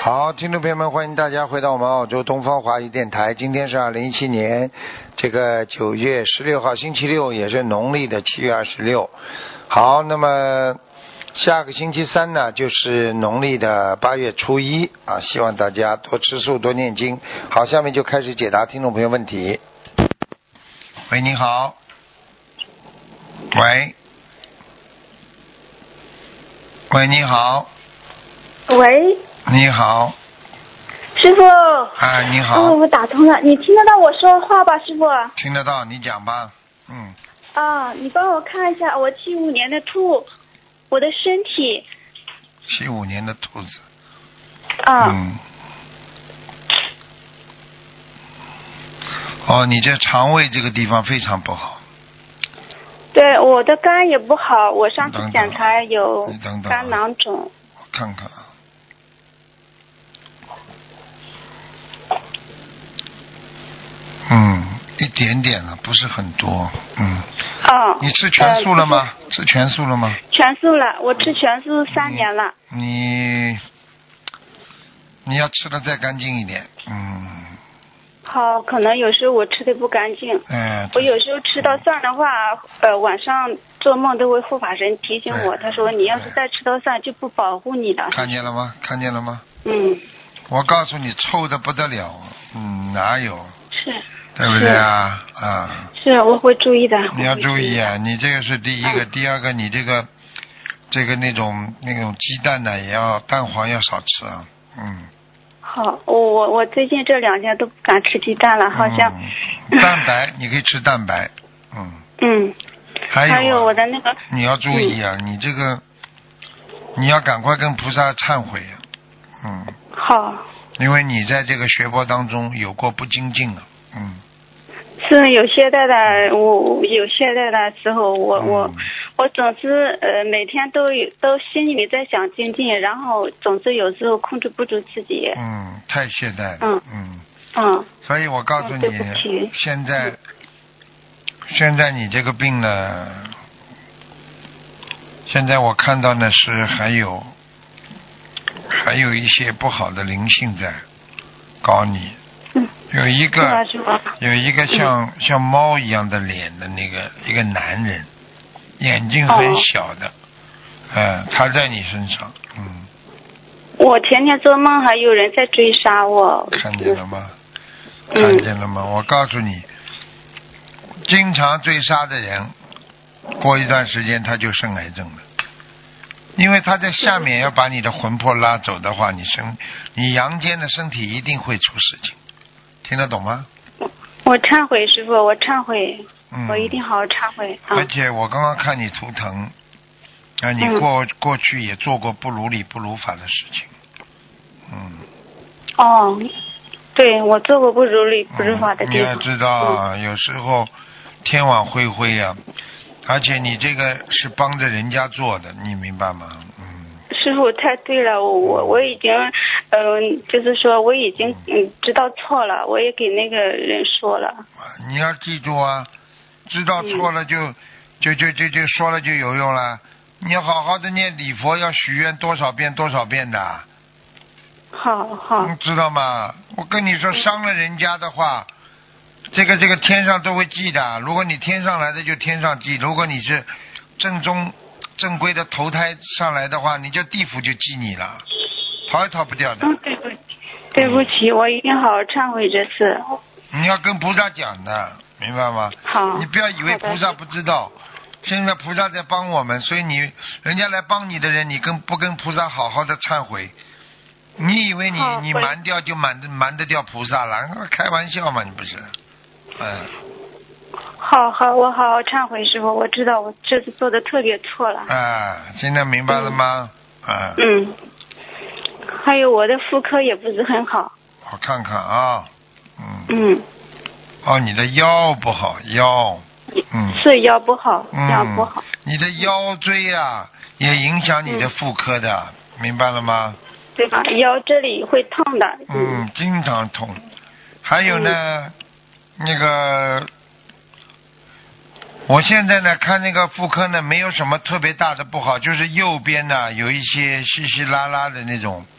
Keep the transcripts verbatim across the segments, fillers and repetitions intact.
好，听众朋友们，欢迎大家回到我们澳洲东方华语电台。今天是二零一七年这个九月十六号，星期六，也是农历的七月二十六。好，那么下个星期三呢，就是农历的八月初一啊，希望大家多吃素，多念经。好，下面就开始解答听众朋友问题。喂，你好。喂。喂，你好。 喂。 你好。 师傅。 啊，你好。 哦，我打通了，你听得到我说话吧，师傅？ 听得到，你讲吧。嗯。 啊，你帮我看一下，我七五年的兔，我的身体。 七五年的兔子。 啊。 嗯。哦，你这肠胃这个地方非常不好。 对，我的肝也不好，我上次检查有肝囊肿。 我看看啊。嗯，一点点了，不是很多。嗯。 哦。 你吃全素了吗？呃、吃全素了吗？ 全素了，我吃全素三年了。 你你要吃的再干净一点。嗯。 好，可能有时候我吃的不干净。 哎。 我有时候吃到蒜的话，呃，晚上做梦都会护法神提醒我，他说你要是再吃到蒜就不保护你了。 看见了吗？看见了吗？ 嗯。 我告诉你，臭的不得了。嗯，哪有？ 是。 对不对啊？啊。 是，我会注意的。 你要注意啊！你这个是第一个，嗯、第二个，你这个这个那种那种鸡蛋呢，也要蛋黄要少吃啊。嗯。 好，我我我最近这两天都不敢吃鸡蛋了，好像。 嗯、蛋白你可以吃蛋白。嗯。 嗯。 还有、啊、 还有我的那个。 你要注意啊！嗯、你这个你要赶快跟菩萨忏悔啊。嗯。 好。 因为你在这个学佛当中有过不精进啊。嗯。 是有懈怠的，我有懈怠的时候，我、嗯、我我总是呃每天都有都心里在想精进，然后总是有时候控制不住自己。 嗯，太懈怠了。 嗯嗯。 嗯。 所以我告诉你， 嗯、 现在、 嗯、 现在你这个病呢，现在我看到呢是还有还有一些不好的灵性在搞你。有一个有一个像、嗯、像猫一样的脸的那个一个男人，眼睛很小的，嗯、哦，他在你身上，嗯。 我天天做梦还有人在追杀我。 看见了吗？ 嗯、 看见了吗？我告诉你，经常追杀的人，过一段时间他就生癌症了，因为他在下面要把你的魂魄拉走的话，你身你阳间的身体一定会出事情。听得懂吗？ 我忏悔，师傅，我忏悔、 嗯， 我一定好好忏悔。 而且我刚刚看你图腾，啊，你过、嗯、过去也做过不如理不如法的事情，嗯。 哦，对，我做过不如理不如法的地方。 嗯、你要知道、嗯，有时候天网恢恢啊，而且你这个是帮着人家做的，你明白吗？嗯。 师傅太对了，我我已经，嗯、呃，就是说我已经嗯知道错了，我也给那个人说了。 你要记住啊，知道错了就、嗯、就就就就说了就有用了。你要好好的念礼佛，要许愿多少遍多少遍的。 好好。 你知道吗？我跟你说，伤了人家的话，嗯、这个这个天上都会记的。如果你天上来的就天上记，如果你是正宗。正规的投胎上来的话，你就地府就记你了，逃也逃不掉的。 嗯，对不起，对不起，我一定好好忏悔这次。 你要跟菩萨讲的，明白吗？ 好。 你不要以为菩萨不知道，现在菩萨在帮我们，所以你人家来帮你的人，你跟不跟菩萨好好的忏悔？你以为你你瞒掉就瞒得瞒得掉菩萨了？开玩笑嘛，你不是？嗯。 好好，我好好忏悔，师傅，我知道我这次做的特别错了。 啊，现在明白了吗？嗯、啊。 嗯。还有我的妇科也不是很好。 我看看啊。嗯。 嗯。 哦，你的腰不好，腰。嗯。 是腰不好， 嗯、 腰不好。 你的腰椎啊，也影响你的妇科的，嗯、明白了吗？ 对吧？腰这里会痛的。 嗯，嗯经常痛。还有呢，嗯、那个。我现在呢看那个妇科呢没有什么特别大的不好，就是右边呢有一些稀稀拉拉的那种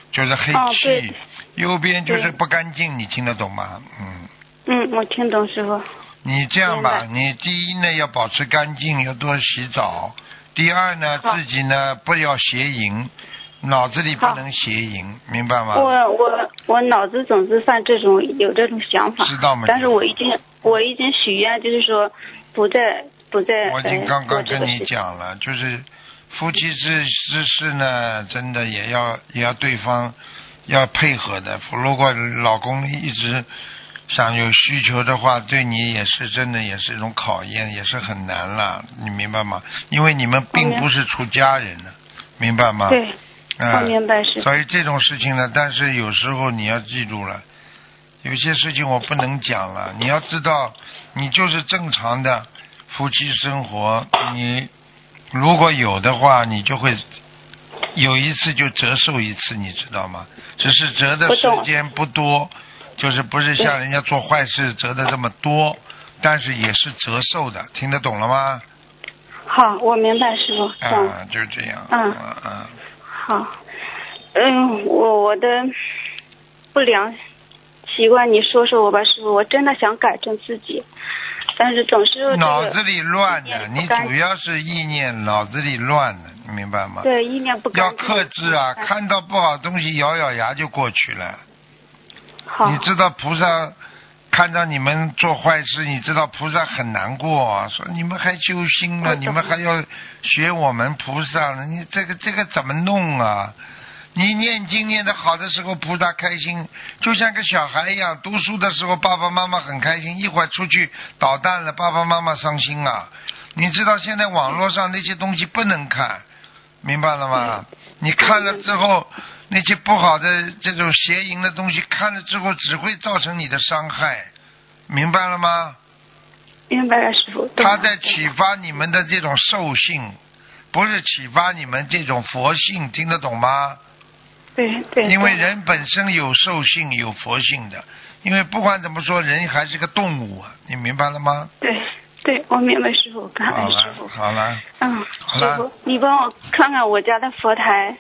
就是黑哦气， 对右边就是对不干净，你听得懂吗？嗯。 嗯，我听懂师傅。 你这样吧， 明你第一呢要保持干净，要多洗澡；第二呢， 好自己呢不要邪淫，脑子里不好能邪淫，明白吗？ 我我我脑子总是犯这种有这种想法， 知道吗？ 但是我已经我已经许愿，就是说不再不再我已经呃刚刚跟你做这个事情。 讲了，就是夫妻之之事呢，真的也要也要对方要配合的。如果老公一直想有需求的话，对你也是真的也是一种考验，也是很难了，你明白吗？因为你们并不是出家人呢，明白吗？ 对， 嗯、 我明白是。 所以这种事情呢，但是有时候你要记住了，有些事情我不能讲了。你要知道，你就是正常的夫妻生活，你如果有的话，你就会有一次就折寿一次，你知道吗？只是折的时间不多，就是不是像人家做坏事折的这么多，但是也是折寿的，听得懂了吗？ 好，我明白师傅。 啊，就是这样。 嗯嗯嗯。 好，嗯，我我的不良习惯你说说我吧，师傅，我真的想改正自己，但是总是这个脑子里乱的，你意念不干主要是意念脑子里乱的，你明白吗？ 对意念不干要净克制啊，看到不好东西咬咬牙就过去了。 好， 你知道菩萨看到你们做坏事，你知道菩萨很难过啊，说你们还修心了， 我懂你们还要学我们菩萨了，你这个这个怎么弄啊？你念经念得好的时候，菩萨开心，就像个小孩一样。读书的时候，爸爸妈妈很开心，一会儿出去捣蛋了，爸爸妈妈伤心啊。你知道现在网络上那些东西不能看，明白了吗？你看了之后，那些不好的这种邪淫的东西，看了之后只会造成你的伤害，明白了吗？ 明白了，师傅。 他在启发你们的这种兽性，不是启发你们这种佛性，听得懂吗？ 对对。 因为人本身有兽性有佛性的，因为不管怎么说，人还是个动物啊，你明白了吗？ 对对，我明白师傅，感恩师傅。 好了， 嗯， 好了师傅，你帮我看看我家的佛台。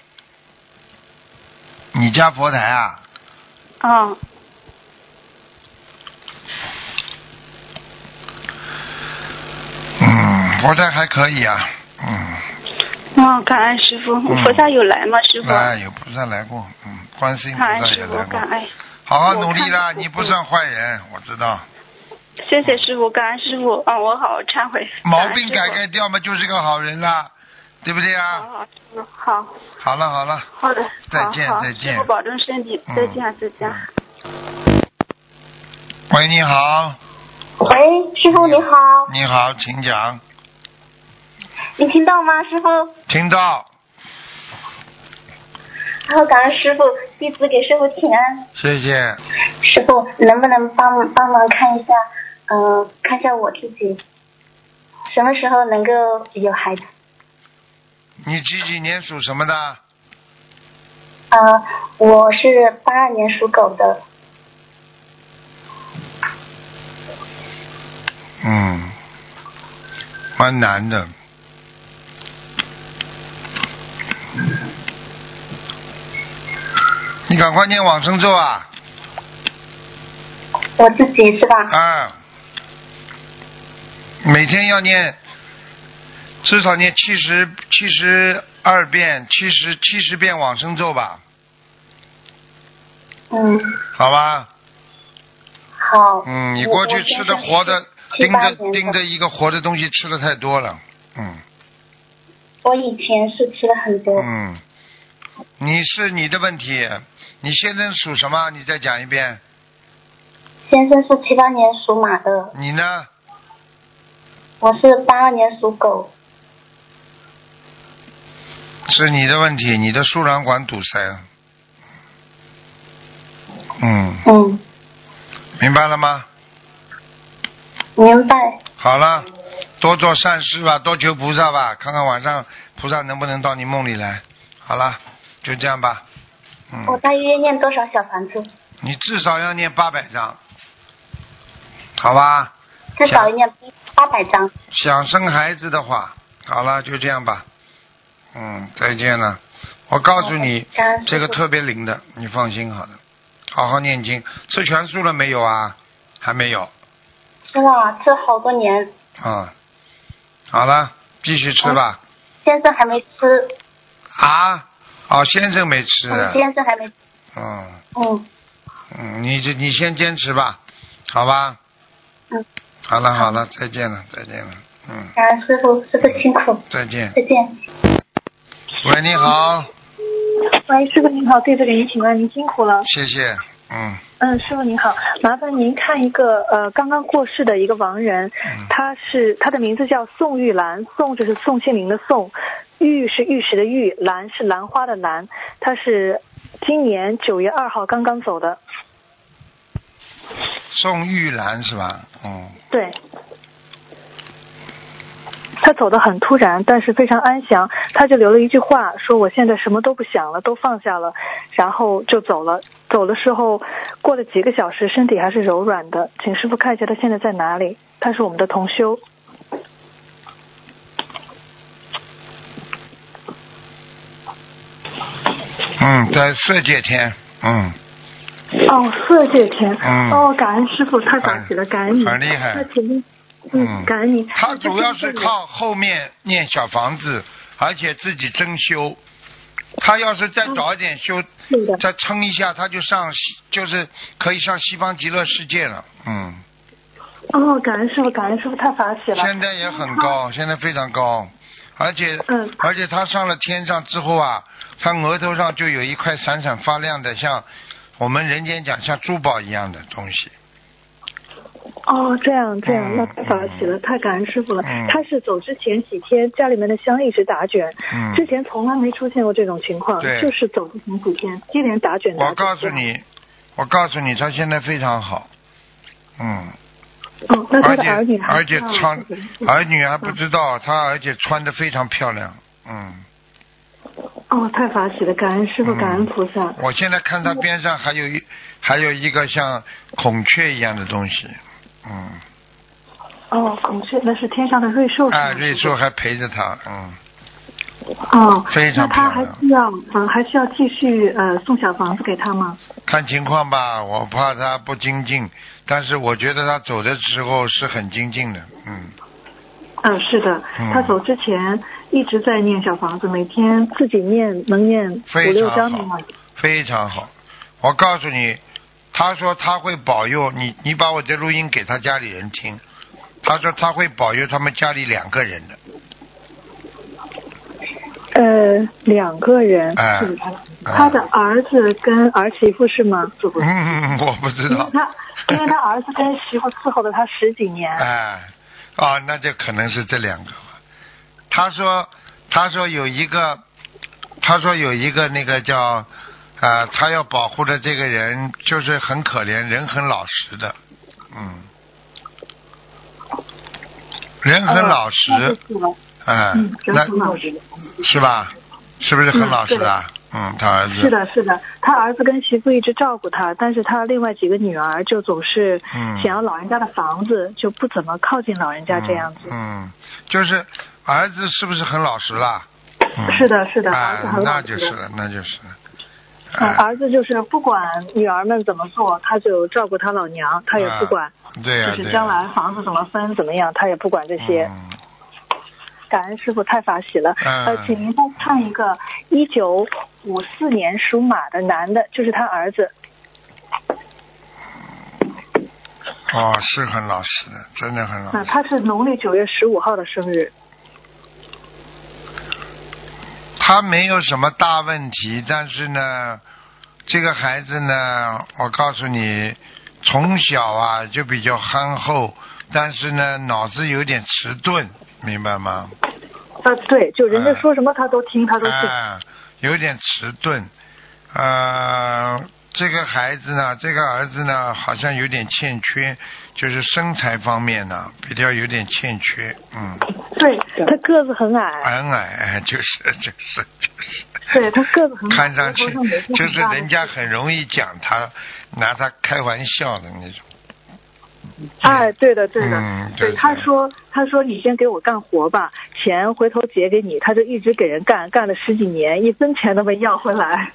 你家佛台啊？ 啊、 嗯，佛台还可以啊，嗯。 嗯，感恩师傅， 嗯菩萨有来吗？师傅？ 来，有菩萨来过，嗯，观世音菩萨感恩师傅， 也来过感。恩。 好好努力啦， 我看你不算坏人，我知道。 谢谢师傅，感恩师傅，啊，我好好忏悔。 毛病改感恩师改掉嘛，就是个好人啦，对不对傅。好啊？ 好，师傅好。 好了好了， 好的。 再见好好再见师傅保重身体， 嗯再见再见。 喂，你好， 喂，师傅你好， 你好，请讲。 你听到吗，师傅？ 听到， 然后感恩师傅，弟子给师傅请安。 谢谢。 师傅能不能帮帮忙看一下，呃，看一下我自己什么时候能够有孩子？ 你几几年属什么的？ 呃，我是八二年属狗的。 嗯，蛮难的。你赶快念往生咒啊！ 我自己是吧？ 啊，每天要念，至少念七十七十二遍，七十七十遍往生咒吧， 嗯， 好吧？ 好。 嗯，你过去吃的活的，盯着盯着着。 一个活的东西吃的太多了，嗯。 我以前是吃了很多。 嗯，你是你的问题，你先生属什么？你再讲一遍。 先生是七八年属马的。 你呢？ 我是八二年属狗。 是你的问题，你的输卵管堵塞了。嗯。 嗯。 明白了吗？ 明白。 好了，多做善事吧，多求菩萨吧，看看晚上菩萨能不能到你梦里来。好了，就这样吧。嗯。 我大约念多少小房子？ 你至少要念八百章，好吧？ 至少要念八百章。 想生孩子的话，好了，就这样吧。嗯，再见了。 我告诉你感恩师父这个特别灵的，你放心好了，好好念经。吃全素了没有啊？还没有。 吃了，吃好多年。 啊、好了，继续吃吧。 先生还没吃。 啊？哦，先生没吃。 嗯，先生还没。 嗯。 嗯。 嗯，你这你先坚持吧，好吧？ 嗯。 好了好了，再见了再见了，嗯。 感恩师傅，师傅辛苦。 再见。 再见。 喂，你好。 喂，师傅您好，弟子给您请安，您辛苦了。 谢谢，嗯。 嗯，师傅您好，麻烦您看一个呃刚刚过世的一个亡人， 嗯、 他是他的名字叫宋玉兰，宋就是宋庆龄的宋，玉是玉石的玉，兰是兰花的兰，他是今年九月二号刚刚走的。 宋玉兰是吧？嗯。 对。他走得很突然，但是非常安详。他就留了一句话，说我现在什么都不想了，都放下了，然后就走了。走的时候过了几个小时，身体还是柔软的。请师父看一下他现在在哪里。他是我们的同修。 嗯，在色界天。嗯。 哦，色界天。 嗯。 哦，感恩师父，太感喜了，感恩你。 很厉害。 那请您。嗯，感恩你。 他主要是靠后面念小房子，而且自己真修。他要是再早一点修， 嗯、 再撑一下，他就上西，就是可以上西方极乐世界了。嗯。 哦，感恩师傅，感恩师傅，太法喜了。 现在也很高，现在非常高，而且， 嗯， 而且他上了天上之后啊，他额头上就有一块闪闪发亮的，像我们人间讲像珠宝一样的东西。 哦，这样这样， 嗯、 那太法喜了，嗯、太感恩师傅了。 嗯、 他是走之前几天，家里面的香一直打卷， 嗯、 之前从来没出现过这种情况，就是走之前几天接连打卷打卷。 我告诉你，我告诉你，他现在非常好，嗯。 哦，那他的儿女而且而且穿儿女还不知道，他而且穿得非常漂亮，嗯。 哦，太法喜了，感恩师傅，感恩菩萨。 我现在看他边上还有一还有一个像孔雀一样的东西，嗯。 哦，孔雀那是天上的瑞兽。 啊，瑞兽还陪着他，嗯。 哦， 非常漂亮。 那他还需要嗯还需要继续呃送小房子给他吗？ 看情况吧，我怕他不精进，但是我觉得他走的时候是很精进的，嗯。 嗯，是的， 嗯、 他走之前一直在念小房子，每天自己念能念五六章的嘛。 非常好，我告诉你，他说他会保佑你，你把我这录音给他家里人听，他说他会保佑他们家里两个人的。 呃，两个人， 哎、 是他，他的儿子跟儿媳妇是吗？ 嗯，我不知道。 因为他，因为他儿子跟媳妇伺候了他十几年。 哎，哦，那就可能是这两个吧。他说，他说有一个，他说有一个那个叫，啊、呃，他要保护的这个人就是很可怜，人很老实的，嗯，人很老实。 呃嗯，那是吧？是不是很老实啊？嗯，他儿子是的，是的，他儿子跟媳妇一直照顾他，但是他另外几个女儿就总是想要老人家的房子，嗯、就不怎么靠近老人家这样子。 嗯，嗯就是儿子是不是很老实啦？ 嗯、是的，是的， 啊、 儿子很老实。 那就是了，那就是了。 嗯，儿子就是不管女儿们怎么做，他就照顾他老娘，他也不管。 啊、对呀、啊， 就是将来房子怎么分怎么样，他也不管这些。 嗯感恩师傅太法喜了， 嗯、 呃，请您再看一个一九五四年属马的男的，就是他儿子。 哦，是很老实的，真的很老实。 啊，他是农历九月十五号的生日。 他没有什么大问题，但是呢，这个孩子呢，我告诉你，从小啊就比较憨厚，但是呢，脑子有点迟钝。明白吗？ 啊，对，就人家说什么他都听，他都信。 啊，有点迟钝。呃，这个孩子呢，这个儿子呢，好像有点欠缺，就是身材方面呢，比较有点欠缺。嗯。 对，他个子很矮。 很矮，就是就是就是。 对，他个子很矮。 看上去就是人家很容易讲他，拿他开玩笑的那种。 哎，对的对的， 嗯，对， 他说他说你先给我干活吧，钱回头结给你，他就一直给人干，干了十几年，一分钱都没要回来。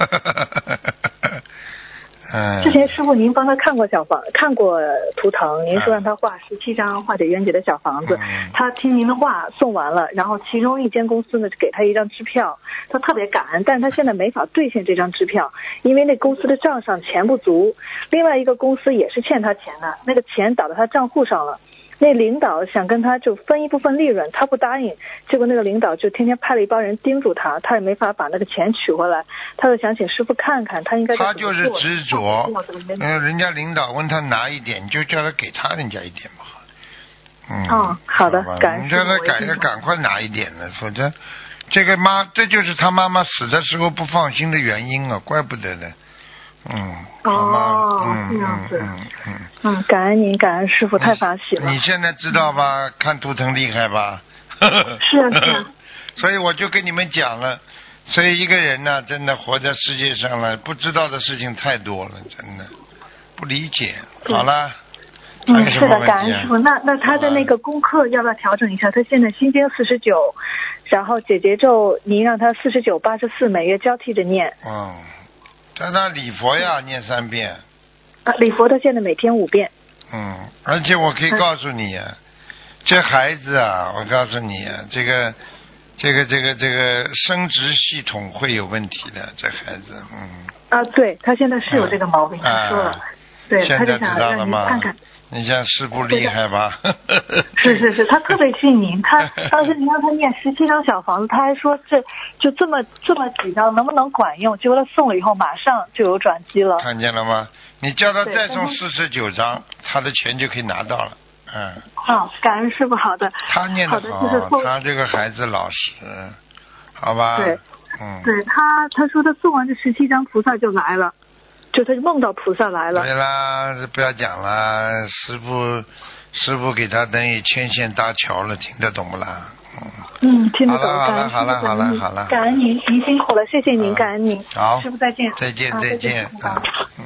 嗯， 之前师傅您帮他看过小房，看过图腾，您说让他画十七张化解冤结的小房子， 嗯、 他听您的话送完了，然后其中一间公司呢给他一张支票，他特别感恩，但是他现在没法兑现这张支票，因为那公司的账上钱不足，另外一个公司也是欠他钱的，那个钱打到他账户上了。那领导想跟他就分一部分利润，他不答应，结果那个领导就天天派了一帮人盯住他，他也没法把那个钱取回来，他就想请师傅看看他应该他就是执着，嗯，人家领导问他拿一点，你就叫他给他人家一点嘛。嗯， 哦，好的，感恩。 你叫他赶赶快拿一点呢，否则这个妈，这就是他妈妈死的时候不放心的原因啊，怪不得的。嗯，好吗？ 哦， 嗯这样子。 嗯嗯嗯，感恩您，感恩师傅，太法喜了。 你现在知道吧？看图腾厉害吧？ 是啊是啊。 所以我就跟你们讲了，所以一个人呢，真的活在世界上了，不知道的事情太多了，真的不理解。好了。 嗯，是的，感恩师傅。那那他的那个功课要不要调整一下？他现在心经四十九，然后解结咒您让他四十九、八十四每月交替着念。 嗯。叫他礼佛呀，念三遍。 啊，礼佛他现在每天五遍。 嗯，而且我可以告诉你，啊，这孩子啊，我告诉你，啊，这个，这个，这个，这个生殖系统会有问题的，这孩子，嗯。 啊，对他现在是有这个毛病， 嗯、 他说了，啊、对， 现在知道了吗？ 看看。 你像师傅厉害吧？ 是是是，他特别信您。他当时您让他念十七张小房子，他还说这就这么这么几张能不能管用？结果他送了以后，马上就有转机了。 看见了吗？你叫他再送四十九张，他的钱就可以拿到了。嗯。 好，感恩师傅，好的。 他念得好， 好的就是他这个孩子老实，好吧？ 对， 嗯。 对他他说他送完这十七张，菩萨就来了。就他梦到菩萨来了。 对啦，不要讲了，师傅，师傅给他等于牵线搭桥了，听得懂不啦？ 嗯，嗯听得懂。 好了好了好了好了， 感恩您，您辛苦了，谢谢您，感恩您。 好， 师傅再见。 再见再见啊，嗯。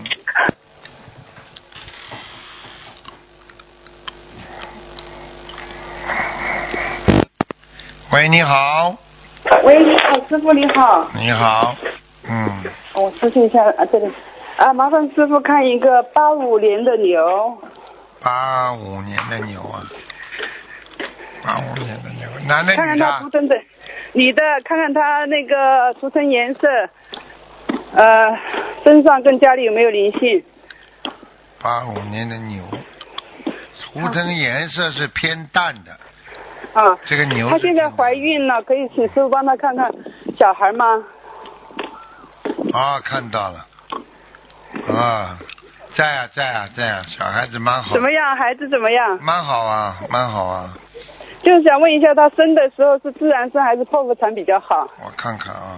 喂，你好。 喂，你好，师傅你好。 你好，嗯。 我咨询一下啊，这里。啊，麻烦师傅看一个八五年的牛。 八五年的牛啊，八五年的牛，男的女的？ 看看他图腾的，女的，看看他那个图腾颜色，呃，身上跟家里有没有灵性？ 八五年的牛，图腾颜色是偏淡的。 啊。 这个牛。 她现在怀孕了，可以请师傅帮她看看小孩吗？ 啊，看到了。啊，在啊在啊在啊，小孩子蛮好。 怎么样？孩子怎么样？ 蛮好啊，蛮好啊。 就是想问一下，他生的时候是自然生还是剖腹产比较好？ 我看看啊。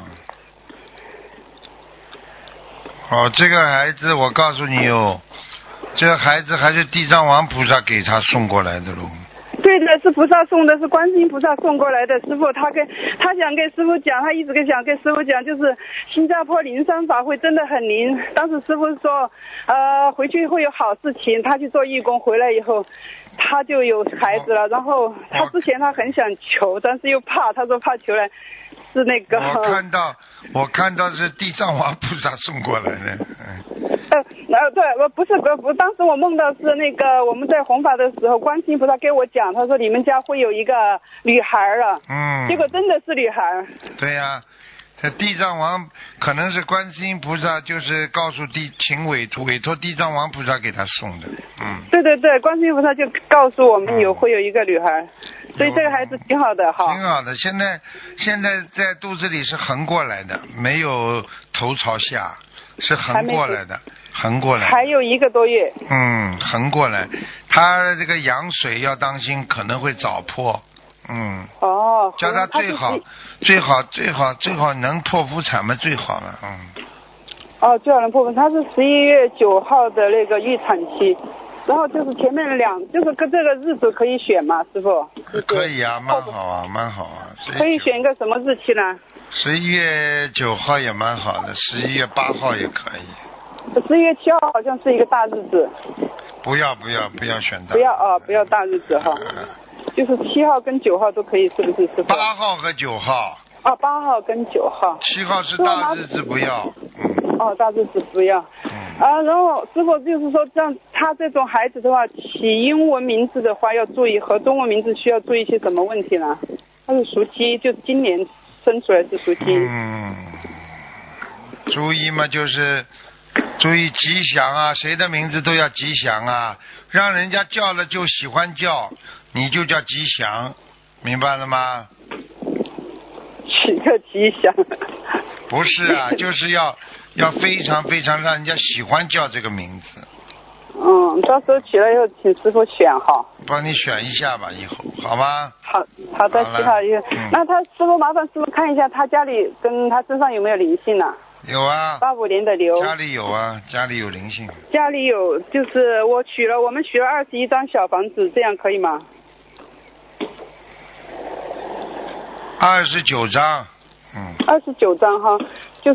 哦，这个孩子，我告诉你哦，这个孩子还是地藏王菩萨给他送过来的喽。 对的，是菩萨送的，是观世音菩萨送过来的。师傅，他跟他想跟师傅讲，他一直跟想跟师傅讲，就是新加坡灵山法会真的很灵。当时师傅说，呃，回去会有好事情。他去做义工回来以后，他就有孩子了。然后他之前他很想求，但是又怕，他说怕求来是那个。 我看到，我看到是地藏王菩萨送过来的。嗯。 呃，呃，对，我不是不不，当时我梦到是那个我们在弘法的时候，观世音菩萨给我讲，他说你们家会有一个女孩了， 嗯， 结果真的是女孩。 对呀、啊，这地藏王可能是观世音菩萨，就是告诉地请委托委托地藏王菩萨给他送的，嗯。 对对对，观世音菩萨就告诉我们有、嗯、会有一个女孩，所以这个孩子挺好的哈。 挺好的，现在现在在肚子里是横过来的，没有头朝下。是横过来的，横过来。 还有一个多月。 嗯，横过来，他这个羊水要当心，可能会早破。嗯。 哦。 叫他最好，最好，最好，最好能剖腹产嘛，最好了，嗯。 哦，最好能剖腹，他是十一月九号的那个预产期，然后就是前面两，就是跟这个日子可以选嘛，师傅。 可以啊，蛮好啊，蛮好啊。 可以选一个什么日期呢？ 十一月九号也蛮好的，十一月八号也可以。 十一月七号好像是一个大日子。 不要不要不要选大。 不要啊，不要大日子哈。就是七号跟九号都可以，是不是师傅？ 八号和九号。 啊，八号跟九号。 七号是大日子不要。嗯。 哦，大日子不要。 嗯。 啊，然后师傅就是说，这样他这种孩子的话，起英文名字的话要注意，和中文名字需要注意些什么问题呢？他是属鸡，就今年生出来是属鸡。 嗯。注意嘛，就是注意吉祥啊，谁的名字都要吉祥啊，让人家叫了就喜欢叫，你就叫吉祥，明白了吗？ 取个吉祥。 不是啊，就是要要非常非常让人家喜欢叫这个名字。 嗯，到时候取了以后，请师傅选哈。 帮你选一下吧，以后好吗？ 好好的，七号一个。嗯、那他师傅麻烦师傅看一下他家里跟他身上有没有灵性呢、啊？ 有啊。 八五年的牛。 家里有啊，家里有灵性。 家里有，就是我取了，我们取了二十一张小房子，这样可以吗？ 二十九张。嗯。 二十九张哈，就是，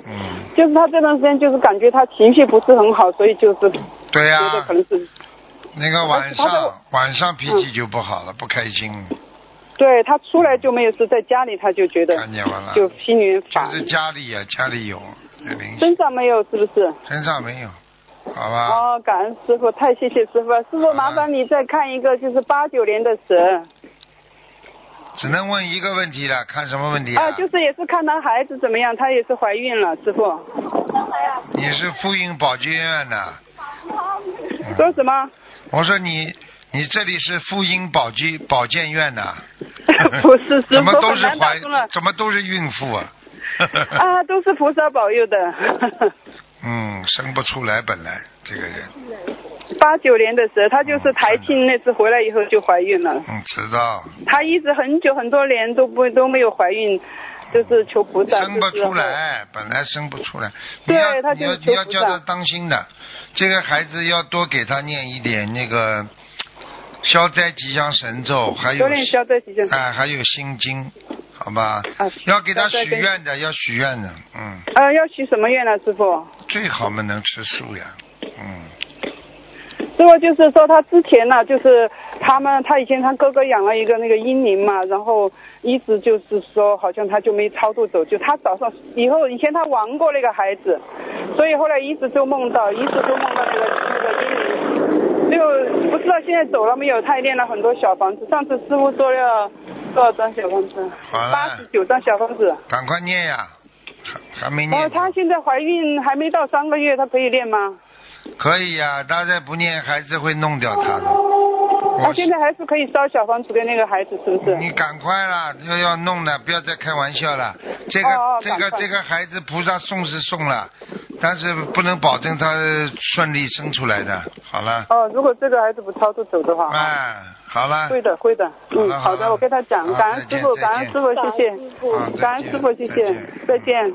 嗯， 就是他这段时间就是感觉他情绪不是很好，所以就是。 对呀、啊。 觉得可能是。 那个晚上晚上脾气就不好了，嗯、不开心。 对他出来就没有事，在家里他就觉得看见完了， 就心里面烦。 就是家里呀、啊，家里有有灵性。 身上没有是不是？ 身上没有，好吧。 哦，感恩师傅，太谢谢师傅了。师傅麻烦你再看一个，就是八九年的蛇。 只能问一个问题了，看什么问题啊？ 啊，就是也是看她孩子怎么样，她也是怀孕了，师傅。 你是妇婴保健院的。 说什么？ 我说你。你这里是妇婴保健保健院的， 不是， 怎么都是怀，怎么都是孕妇啊？ 啊，都是菩萨保佑的。 嗯，生不出来本来这个人。 八九年的时候，她就是台庆那次回来以后就怀孕了。 嗯，知道。 她一直很久很多年都不都没有怀孕，就是求菩萨。 生不出来，本来生不出来。 对，她就你要你要叫她当心的，这个孩子要多给她念一点那个。消灾吉祥神咒，还有消灾吉祥哎，还有心经，好吧？啊、要给他许愿的，要许愿的，嗯。 呃，要许什么愿呢，师傅？ 最好嘛，能吃素呀，嗯。 师傅就是说，他之前呢，就是他们，他以前他哥哥养了一个那个婴灵嘛，然后一直就是说，好像他就没超度走，就他早上以后，以前他玩过那个孩子，所以后来一直就梦到，一直都梦到那个那个婴灵。就不知道现在走了没有，他也练了很多小房子。上次师傅说要多少张小房子？八十九张小房子。 赶快念呀，还还没念。 哦，她现在怀孕还没到三个月，她可以练吗？ 可以呀、啊，她再不念，孩子会弄掉她的。 她现在还是可以烧小房子给那个孩子，是不是？ 你赶快啦，要要弄了，不要再开玩笑了。这个、 哦哦、 这个这个孩子菩萨送是送了。但是不能保证他顺利生出来的，好了。 哦，如果这个孩子不超度走的话。 哎，好了。 会的，会的。嗯，好的，我跟他讲，感恩师傅，感恩师傅，谢谢。感恩师傅，谢谢。再见。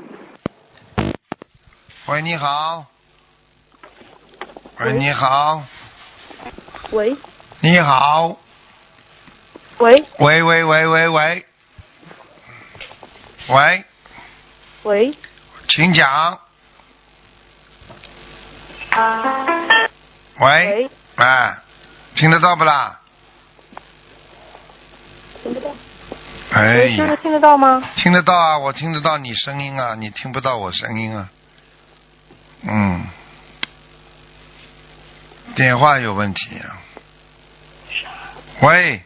喂，你好。喂，你好。 喂。 你好。 喂。 喂喂喂喂喂。喂。 喂。 请讲。喂。 喂。 哎，听得到不啦？ 听不到。 哎。 现在听得到吗？ 听得到啊，我听得到你声音啊，你听不到我声音啊。嗯。电话有问题啊。喂。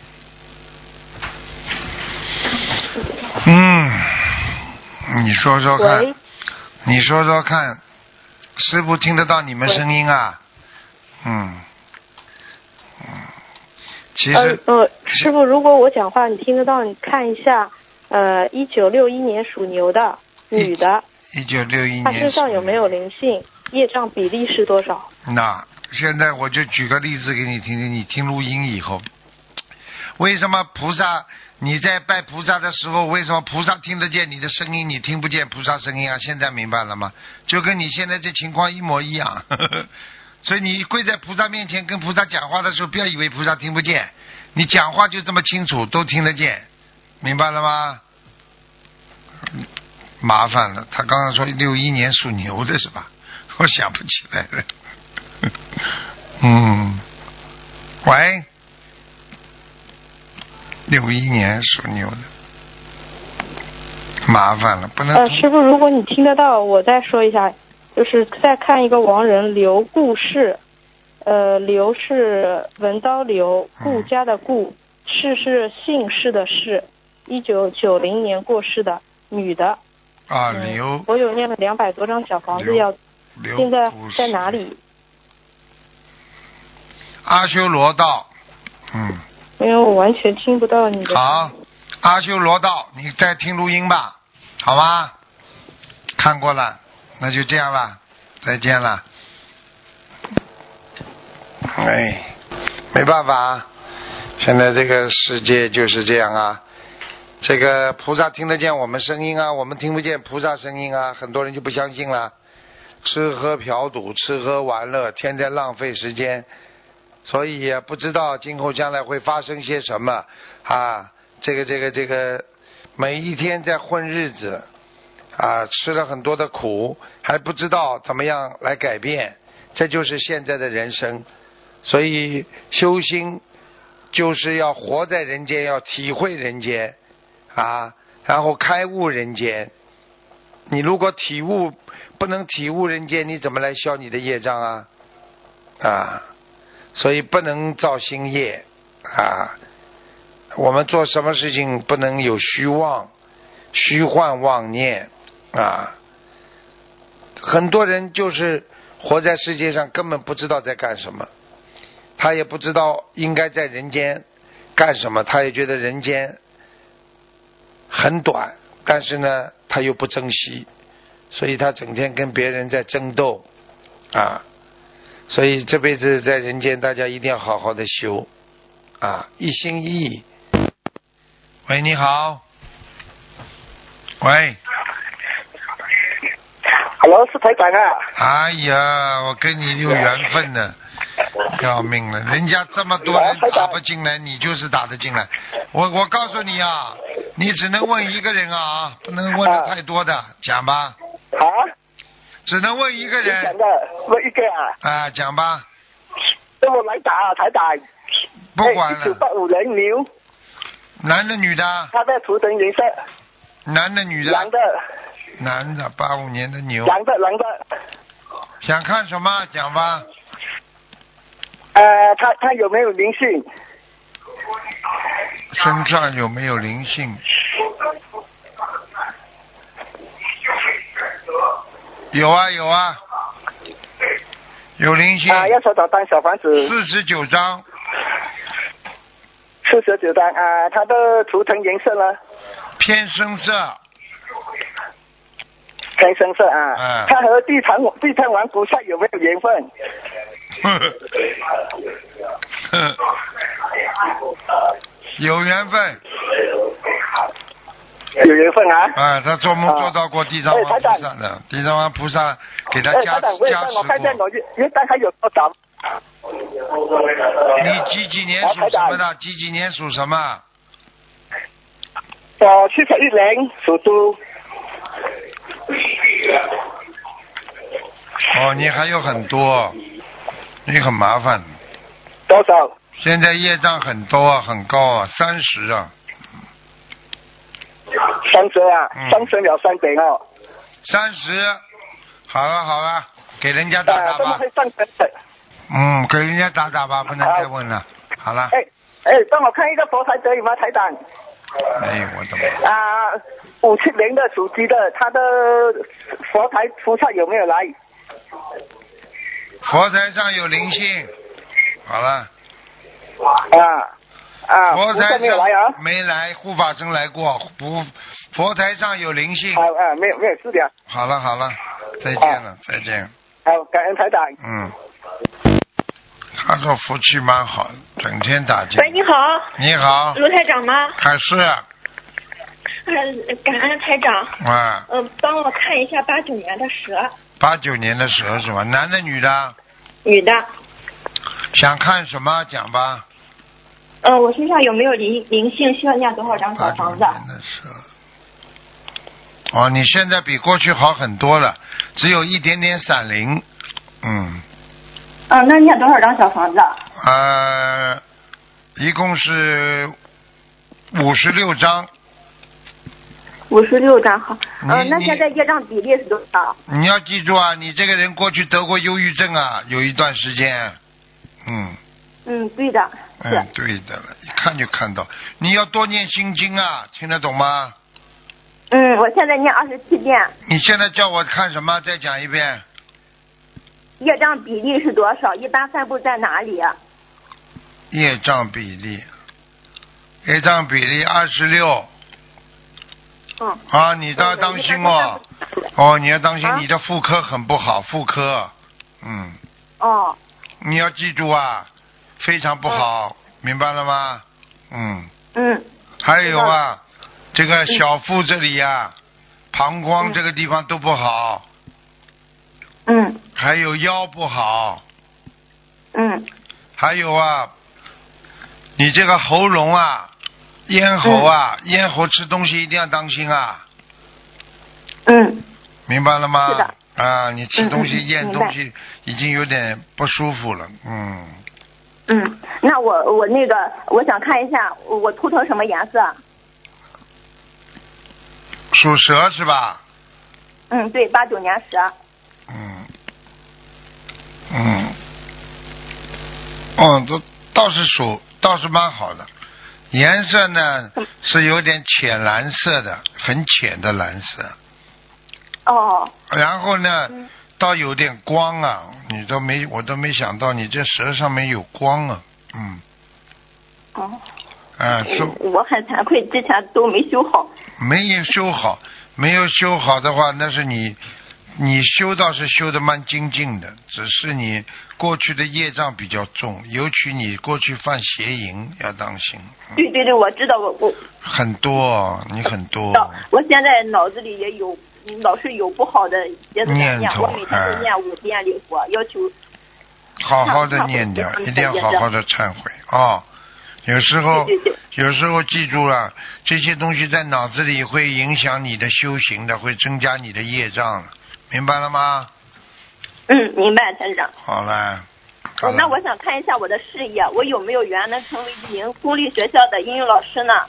嗯。你说说看，你说说看，师父听得到你们声音啊？嗯，嗯，其实呃呃，师父，如果我讲话你听得到，你看一下，呃，一九六一年属牛的女的， 一九六一年， 她身上有没有灵性？业障比例是多少？ 那现在我就举个例子给你听听，你听录音以后，为什么菩萨？你在拜菩萨的时候，为什么菩萨听得见你的声音，你听不见菩萨声音啊？现在明白了吗？就跟你现在这情况一模一样。呵呵，所以你跪在菩萨面前跟菩萨讲话的时候，不要以为菩萨听不见，你讲话就这么清楚，都听得见，明白了吗？麻烦了，他刚刚说六一年属牛的是吧？我想不起来了。 嗯，喂，六一年属牛的，麻烦了，不能。 呃，师傅，如果你听得到，我再说一下，就是再看一个亡人刘顾氏，呃，刘是文刀刘，顾家的顾，氏是姓氏的氏，一九九零年过世的，女的。 啊， 嗯、 刘。 我有念了两百多张小房子要，现在在哪里？ 阿修罗道。嗯。 因为我完全听不到你的。 好，阿修罗道，你再听录音吧，好吗？看过了，那就这样了，再见了。哎，没办法，现在这个世界就是这样啊。这个菩萨听得见我们声音啊，我们听不见菩萨声音啊，很多人就不相信了。吃喝嫖赌，吃喝玩乐，天天浪费时间。所以也不知道今后将来会发生些什么啊！这个这个这个，每一天在混日子啊，吃了很多的苦，还不知道怎么样来改变，这就是现在的人生。所以修心就是要活在人间，要体会人间啊，然后开悟人间。你如果体悟不能体悟人间，你怎么来消你的业障啊？啊！所以不能造新业啊！我们做什么事情不能有虚妄、虚幻妄念啊！很多人就是活在世界上，根本不知道在干什么，他也不知道应该在人间干什么，他也觉得人间很短，但是呢，他又不珍惜，所以他整天跟别人在争斗啊！所以这辈子在人间，大家一定要好好的修啊，一心一意。喂，你好。喂。 Hello， 是台长啊。 哎呀，我跟你有缘分呢，要命了！人家这么多人打不进来，你就是打得进来。我我告诉你啊，你只能问一个人啊，不能问的太多的，讲吧。 啊？ 只能问一个人。 讲的，问一个啊。 啊，讲吧。 那我来打啊，台长。 不管了。 一九八五年牛。 男的女的？ 他的图腾颜色。 男的女的？ 男的。 男的，八五年的牛。 男的，男的。 想看什么？讲吧。 呃，他他有没有灵性？ 身上有没有灵性？有啊有啊，有灵性。 啊，要多少张小房子？ 四十九张。 四十九张啊，他的图腾颜色呢？ 偏深色。 偏深色啊。 嗯。 他和地坛地坛王菩萨有没有缘分？ 呵呵有缘分。 有缘分啊！ 啊，他做梦做到过地藏王菩萨的，啊、地藏王菩萨给他加、哎、加持过。 我看见我元旦还有多少？ 你几几年属什么的？几几年属什么？ 我七十一年属猪。 哦，你还有很多，你很麻烦。 多少？ 现在业障很多啊，很高啊，三十啊。 三十啊，三十秒三点哦。 三十，好了好了，给人家打打吧。 啊、 嗯，给人家打打吧，不能再问了。好了。 哎哎，帮我看一个佛台可以吗，台长？ 哎，我的妈！ 啊，五七年的属鸡的，他的佛台菩萨有没有来？ 佛台上有灵性。好了。 啊。啊， 佛台上没有来啊？ 没来，护法神来过。不，佛台上有灵性。 啊啊，没有没有事的。 好了好了，再见了、啊、再见。 好，感恩台长。 嗯，他说福气蛮好，整天打击。 喂，你好。 你好。 卢台长吗？ 还是。 呃，感恩台长。 啊。 嗯、呃，帮我看一下八九年的蛇。 八九年的蛇是吧？男的女的？ 女的。 想看什么？讲吧。 呃，我身上有没有灵灵性？需要念多少张小房子？ 哦，你现在比过去好很多了，只有一点点闪灵，嗯。 嗯，那念多少张小房子？ 呃，一共是五十六张。 五十六张，好。 嗯、 呃，那现在业障比例是多少？ 你要记住啊，你这个人过去得过忧郁症啊，有一段时间。嗯。 嗯，对的。是。 嗯，对的了，一看就看到。你要多念心经啊，听得懂吗？ 嗯，我现在念二十七遍。 你现在叫我看什么？再讲一遍。 业障比例是多少？一般分布在哪里？ 业障比例，业障比例二十六。 嗯。 啊，你都要当心哦。哦，你要当心， 啊、 你的妇科很不好，妇科。嗯。 哦。 你要记住啊，非常不好，嗯、明白了吗？嗯。 嗯。 还有啊，这个小腹这里呀、啊，膀胱这个地方都不好。 嗯。 还有腰不好。 嗯。 还有啊，你这个喉咙啊，咽喉啊，嗯、咽喉吃东西一定要当心啊。 嗯。 明白了吗？ 是的。 啊，你吃东西、 嗯、 咽东西已经有点不舒服了，嗯。 嗯，那我我那个我想看一下，我秃头什么颜色？ 属蛇是吧？ 嗯，对，八九年蛇。 嗯。嗯。哦，都倒是属倒是蛮好的，颜色呢是有点浅蓝色的，很浅的蓝色。 哦。 然后呢， 嗯、 倒有点光啊，你都没我都没想到你这舌上面有光啊，嗯。 哦。 啊，说我很惭愧，之前都没修好。 没有修好，没有修好的话，那是你。你修倒是修得蛮精进的，只是你过去的业障比较重，尤其你过去犯邪淫，要当心。 嗯、对对对，我知道，我我很多，你很多。 我现在脑子里也有，老是有不好的节奏念头，我每天都念五遍礼佛，要求好好的念掉，一定要好好的忏悔啊、哦！有时候对对对有时候记住了，这些东西在脑子里会影响你的修行的，会增加你的业障。明白了吗？ 嗯，明白，台长。 好了。 好了，那我想看一下我的事业，我有没有缘能成为一名公立学校的英语老师呢？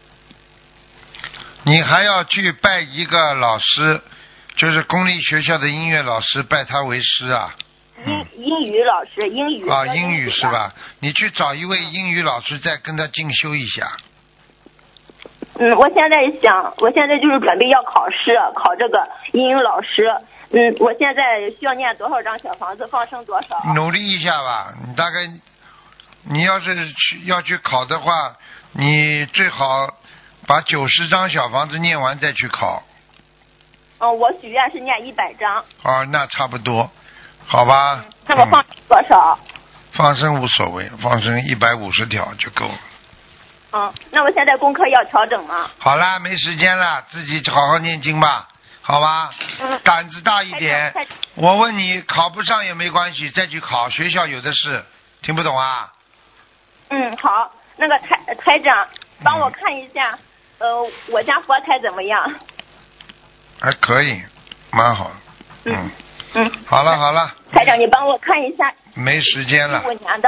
你还要去拜一个老师，就是公立学校的音乐老师，拜他为师啊。 英英语老师，英语啊，英语是吧？你去找一位英语老师，再跟他进修一下。 嗯，我现在想，我现在就是准备要考试，考这个英语老师。嗯，我现在需要念多少张小房子，放生多少？ 努力一下吧，你大概，你要是去要去考的话，你最好把九十张小房子念完再去考。 嗯，我许愿是念一百张。 啊，那差不多，好吧？ 嗯、那么放多少、嗯？ 放生无所谓，放生一百五十条就够了。 嗯，那我现在功课要调整吗？ 好啦，没时间了，自己好好念经吧，好吧？ 嗯， 胆子大一点。我问你，考不上也没关系，再去考，学校有的是。听不懂啊？ 嗯，好，那个台台长，帮我看一下，嗯、呃，我家佛台怎么样？ 还可以，蛮好。 嗯嗯。 好了好了。 台长，你帮我看一下。 没时间了。 一五年的。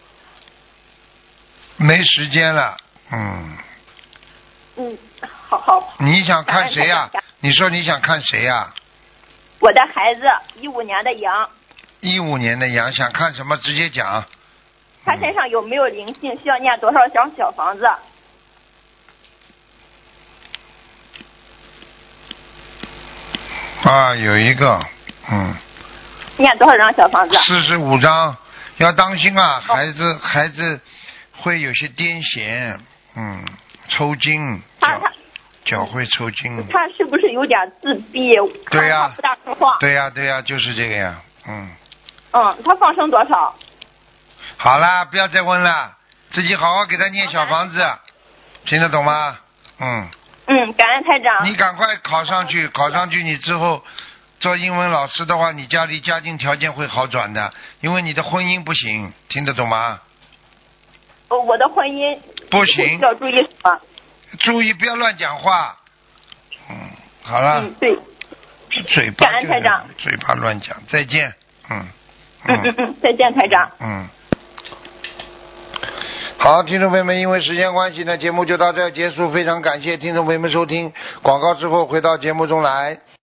没时间了。嗯， 嗯，好好。 你想看谁呀、啊？你说你想看谁呀、啊？ 我的孩子，一五年的羊。 一五年的羊，想看什么？直接讲。 他身上有没有灵性？需要念多少张小房子？ 啊，有一个，嗯。 念多少张小房子？ 四十五张，要当心啊！哦、孩子，孩子会有些癫痫。嗯，抽筋， 他他脚会抽筋。 他是不是有点自闭？ 对呀、啊， 不大说话。 对呀、啊，对呀、啊，就是这个呀，嗯。 嗯，他放生多少？ 好啦，不要再问了，自己好好给他念小房子，听得懂吗？嗯。 嗯，感恩台长。 你赶快考上去，考上去你之后做英文老师的话，你家里家境条件会好转的，因为你的婚姻不行，听得懂吗？ 哦，我的婚姻不行， 要注意什么？ 注意不要乱讲话。嗯，好了。 嗯，对。 嘴巴、就是、 感恩台长。 嘴巴乱讲，再见。嗯嗯嗯嗯，再见，台长。 嗯。好，听众朋友们，因为时间关系呢，节目就到这儿结束。非常感谢听众朋友们收听，广告之后回到节目中来。